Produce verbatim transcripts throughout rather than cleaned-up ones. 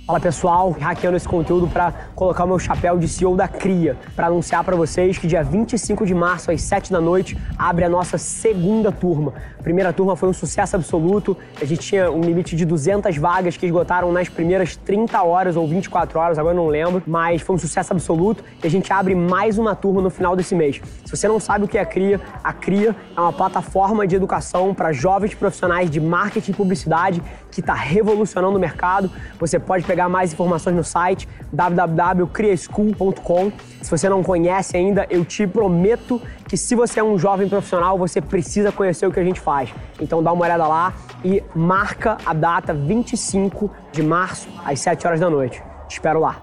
Fala pessoal, hackeando esse conteúdo para colocar o meu chapéu de C E O da Cria, para anunciar para vocês que dia vinte e cinco de março às sete da noite abre a nossa segunda turma. A primeira turma foi um sucesso absoluto, a gente tinha um limite de duzentas vagas que esgotaram nas primeiras trinta horas ou vinte e quatro horas, agora eu não lembro, mas foi um sucesso absoluto e a gente abre mais uma turma no final desse mês. Se você não sabe o que é a Cria, a Cria é uma plataforma de educação para jovens profissionais de marketing e publicidade que está revolucionando o mercado. Você pode pegar mais informações no site w w w ponto cria school ponto com. Se você não conhece ainda, eu te prometo que se você é um jovem profissional, você precisa conhecer o que a gente faz. Então dá uma olhada lá e marca a data vinte e cinco de março às sete horas da noite. Te espero lá.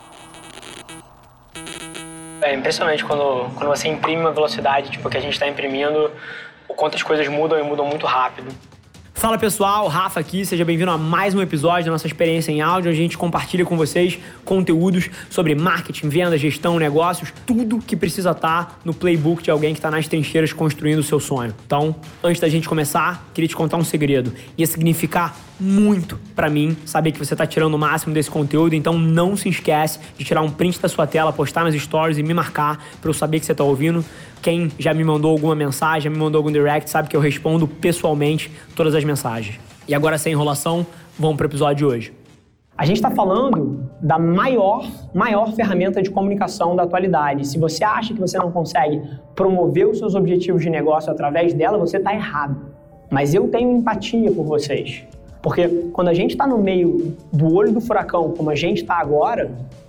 É impressionante quando, quando você imprime uma velocidade tipo que a gente está imprimindo, o quanto as coisas mudam e mudam muito rápido. Fala pessoal, Rafa aqui, seja bem-vindo a mais um episódio da nossa experiência em áudio, onde a gente compartilha com vocês conteúdos sobre marketing, venda, gestão, negócios, tudo que precisa estar no playbook de alguém que está nas trincheiras construindo o seu sonho. Então, antes da gente começar, queria te contar um segredo. Ia significar muito pra mim saber que você tá tirando o máximo desse conteúdo, então não se esquece de tirar um print da sua tela, postar nas stories e me marcar pra eu saber que você tá ouvindo. Quem já me mandou alguma mensagem, já me mandou algum direct, sabe que eu respondo pessoalmente todas as mensagens. E agora, sem enrolação, vamos pro episódio de hoje. A gente está falando da maior, maior ferramenta de comunicação da atualidade. Se você acha que você não consegue promover os seus objetivos de negócio através dela, você tá errado. Mas eu tenho empatia por vocês. Porque quando a gente está no meio do olho do furacão, como a gente está agora,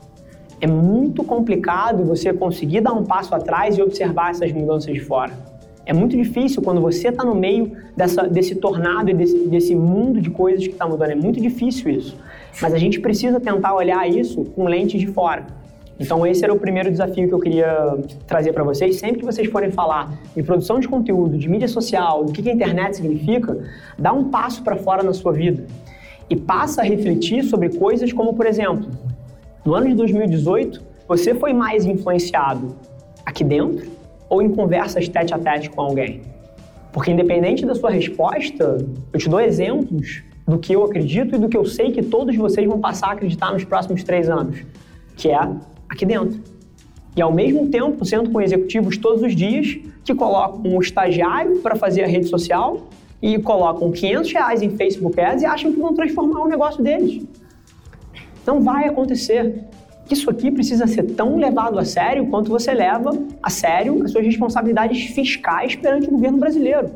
é muito complicado você conseguir dar um passo atrás e observar essas mudanças de fora. É muito difícil quando você está no meio dessa, desse tornado e desse, desse mundo de coisas que está mudando. É muito difícil isso. Mas a gente precisa tentar olhar isso com lentes de fora. Então esse era o primeiro desafio que eu queria trazer para vocês. Sempre que vocês forem falar de produção de conteúdo, de mídia social, do que a internet significa, dá um passo para fora na sua vida e passa a refletir sobre coisas como, por exemplo, no ano de dois mil e dezoito, você foi mais influenciado aqui dentro ou em conversas tete a tete com alguém? Porque independente da sua resposta, eu te dou exemplos do que eu acredito e do que eu sei que todos vocês vão passar a acreditar nos próximos três anos, que é aqui dentro. E ao mesmo tempo, sento com executivos todos os dias que colocam um estagiário para fazer a rede social e colocam quinhentos reais em Facebook Ads e acham que vão transformar o negócio deles. Não vai acontecer. Isso aqui precisa ser tão levado a sério quanto você leva a sério as suas responsabilidades fiscais perante o governo brasileiro.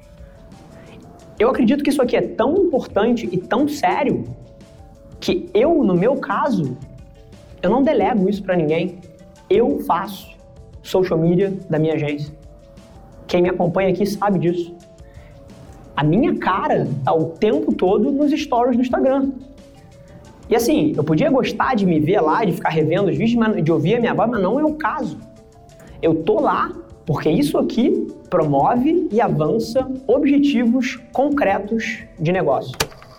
Eu acredito que isso aqui é tão importante e tão sério que eu, no meu caso, eu não delego isso para ninguém. Eu faço social media da minha agência. Quem me acompanha aqui sabe disso. A minha cara tá o tempo todo nos stories do Instagram. E assim, eu podia gostar de me ver lá, de ficar revendo os vídeos, de ouvir a minha voz, mas não é o caso. Eu tô lá porque isso aqui promove e avança objetivos concretos de negócio.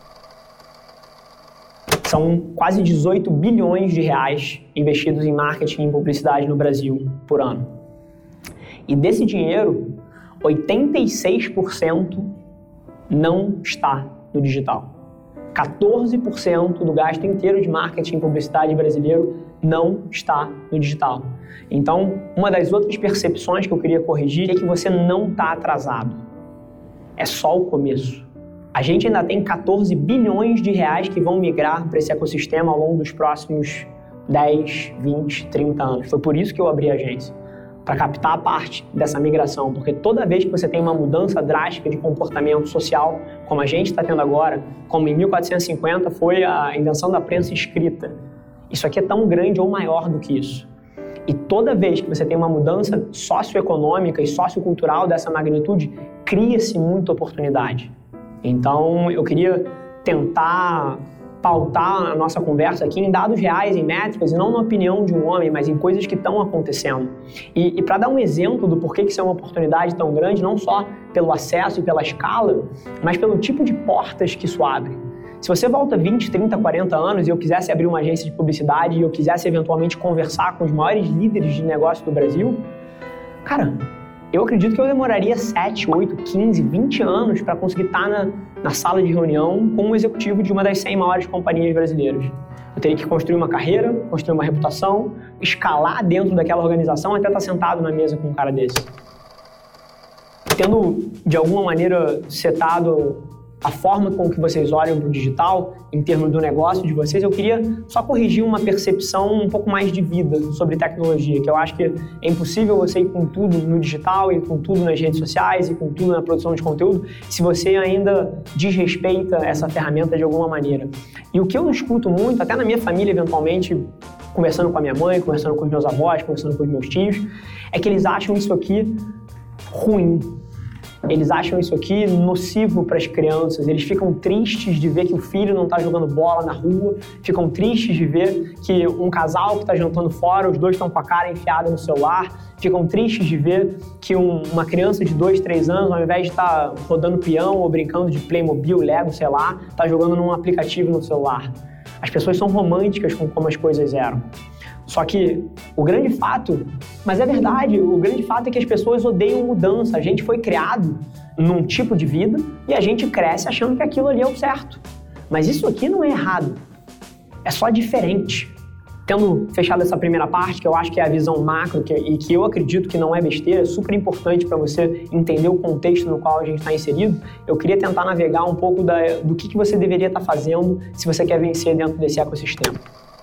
São quase dezoito bilhões de reais investidos em marketing e publicidade no Brasil por ano. E desse dinheiro, oitenta e seis por cento não está no digital. quatorze por cento do gasto inteiro de marketing e publicidade brasileiro não está no digital. Então, uma das outras percepções que eu queria corrigir é que você não está atrasado. É só o começo. A gente ainda tem quatorze bilhões de reais que vão migrar para esse ecossistema ao longo dos próximos dez, vinte, trinta anos. Foi por isso que eu abri a agência, para captar a parte dessa migração, porque toda vez que você tem uma mudança drástica de comportamento social, como a gente está tendo agora, como em mil quatrocentos e cinquenta foi a invenção da prensa escrita, isso aqui é tão grande ou maior do que isso. E toda vez que você tem uma mudança socioeconômica e sociocultural dessa magnitude, cria-se muita oportunidade. Então, eu queria tentar pautar a nossa conversa aqui em dados reais, em métricas, e não na opinião de um homem, mas em coisas que estão acontecendo. E, e para dar um exemplo do porquê que isso é uma oportunidade tão grande, não só pelo acesso e pela escala, mas pelo tipo de portas que isso abre. Se você volta vinte, trinta, quarenta anos e eu quisesse abrir uma agência de publicidade e eu quisesse eventualmente conversar com os maiores líderes de negócio do Brasil, cara, Eu acredito que eu demoraria sete, oito, quinze, vinte anos para conseguir estar na, na sala de reunião com um executivo de uma das cem maiores companhias brasileiras. Eu teria que construir uma carreira, construir uma reputação, escalar dentro daquela organização até estar sentado na mesa com um cara desse. Tendo, de alguma maneira, setado a forma com que vocês olham para o digital, em termos do negócio de vocês, eu queria só corrigir uma percepção um pouco mais de vida sobre tecnologia, que eu acho que é impossível você ir com tudo no digital e com tudo nas redes sociais e com tudo na produção de conteúdo se você ainda desrespeita essa ferramenta de alguma maneira. E o que eu escuto muito, até na minha família, eventualmente, conversando com a minha mãe, conversando com os meus avós, conversando com os meus tios, é que eles acham isso aqui ruim. Eles acham isso aqui nocivo para as crianças, eles ficam tristes de ver que o filho não está jogando bola na rua, ficam tristes de ver que um casal que está jantando fora, os dois estão com a cara enfiada no celular, ficam tristes de ver que um, uma criança de dois, três anos, ao invés de estar tá rodando peão ou brincando de Playmobil, Lego, sei lá, está jogando num aplicativo no celular. As pessoas são românticas com como as coisas eram. Só que o grande fato, mas é verdade, o grande fato é que as pessoas odeiam mudança. A gente foi criado num tipo de vida e a gente cresce achando que aquilo ali é o certo. Mas isso aqui não é errado, é só diferente. Tendo fechado essa primeira parte, que eu acho que é a visão macro que, e que eu acredito que não é besteira, é super importante para você entender o contexto no qual a gente está inserido, eu queria tentar navegar um pouco da, do que, que você deveria estar tá fazendo se você quer vencer dentro desse ecossistema.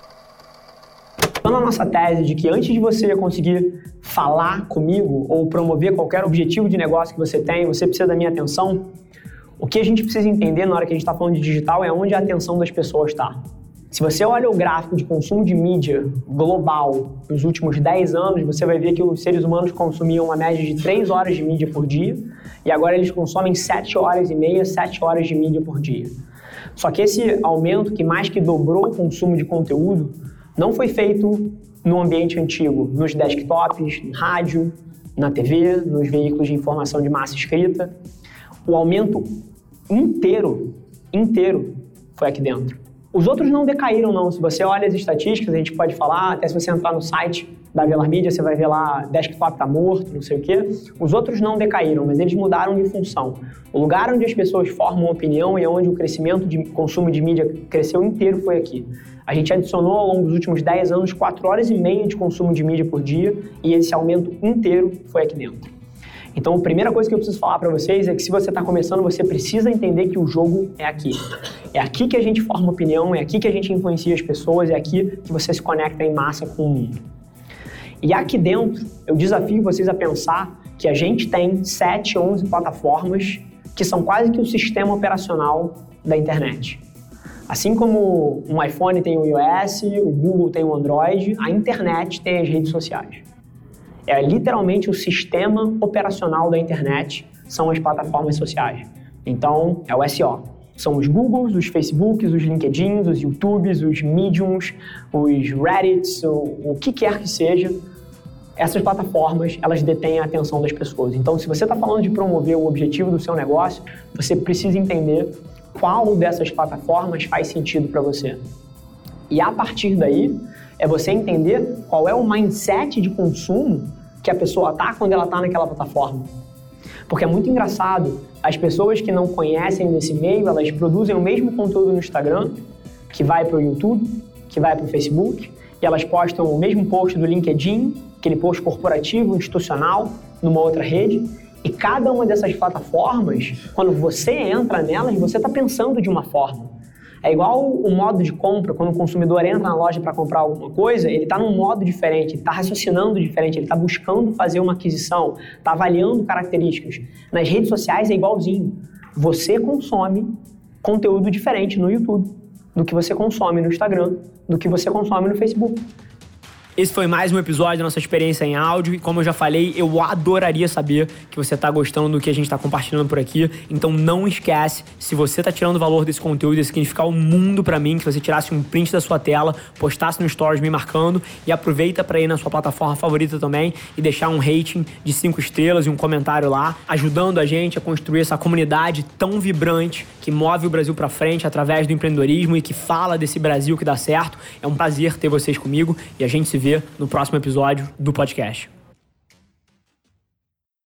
Na nossa tese de que antes de você conseguir falar comigo ou promover qualquer objetivo de negócio que você tem, você precisa da minha atenção, o que a gente precisa entender na hora que a gente está falando de digital é onde a atenção das pessoas está. Se você olha o gráfico de consumo de mídia global nos últimos dez anos, você vai ver que os seres humanos consumiam uma média de três horas de mídia por dia e agora eles consomem sete horas e meia, sete horas de mídia por dia. Só que esse aumento, que mais que dobrou o consumo de conteúdo, não foi feito no ambiente antigo, nos desktops, no rádio, na T V, nos veículos de informação de massa escrita. O aumento inteiro, inteiro, foi aqui dentro. Os outros não decaíram, não. Se você olha as estatísticas, a gente pode falar, até se você entrar no site da Velar Mídia, você vai ver lá, desktop tá morto, não sei o quê. Os outros não decaíram, mas eles mudaram de função. O lugar onde as pessoas formam opinião e onde o crescimento de consumo de mídia cresceu inteiro foi aqui. A gente adicionou ao longo dos últimos dez anos quatro horas e meia de consumo de mídia por dia e esse aumento inteiro foi aqui dentro. Então, a primeira coisa que eu preciso falar para vocês é que se você está começando, você precisa entender que o jogo é aqui. É aqui que a gente forma opinião, é aqui que a gente influencia as pessoas, é aqui que você se conecta em massa com o mundo. E aqui dentro, eu desafio vocês a pensar que a gente tem sete, onze plataformas que são quase que o sistema operacional da internet. Assim como um iPhone tem o iOS, o Google tem o Android, a internet tem as redes sociais. É literalmente o sistema operacional da internet, são as plataformas sociais. Então, é o S E O. São os Googles, os Facebooks, os LinkedIns, os YouTubes, os Mediums, os Reddits, o, o que quer que seja. Essas plataformas, elas detêm a atenção das pessoas. Então, se você está falando de promover o objetivo do seu negócio, você precisa entender qual dessas plataformas faz sentido para você. E a partir daí, é você entender qual é o mindset de consumo que a pessoa tá quando ela tá naquela plataforma. Porque é muito engraçado, as pessoas que não conhecem desse meio, elas produzem o mesmo conteúdo no Instagram, que vai para o YouTube, que vai para o Facebook, e elas postam o mesmo post do LinkedIn, aquele post corporativo, institucional, numa outra rede, e cada uma dessas plataformas, quando você entra nelas, você está pensando de uma forma. É igual o modo de compra, quando o consumidor entra na loja para comprar alguma coisa, ele está num modo diferente, ele está raciocinando diferente, ele está buscando fazer uma aquisição, está avaliando características. Nas redes sociais é igualzinho. Você consome conteúdo diferente no YouTube do que você consome no Instagram, do que você consome no Facebook. Esse foi mais um episódio da nossa experiência em áudio e, como eu já falei, eu adoraria saber que você tá gostando do que a gente tá compartilhando por aqui. Então não esquece, se você tá tirando valor desse conteúdo, ia significar o mundo pra mim, que você tirasse um print da sua tela, postasse no Stories me marcando e aproveita pra ir na sua plataforma favorita também e deixar um rating de cinco estrelas e um comentário lá, ajudando a gente a construir essa comunidade tão vibrante que move o Brasil pra frente através do empreendedorismo e que fala desse Brasil que dá certo. É um prazer ter vocês comigo e a gente se vê no próximo episódio do podcast.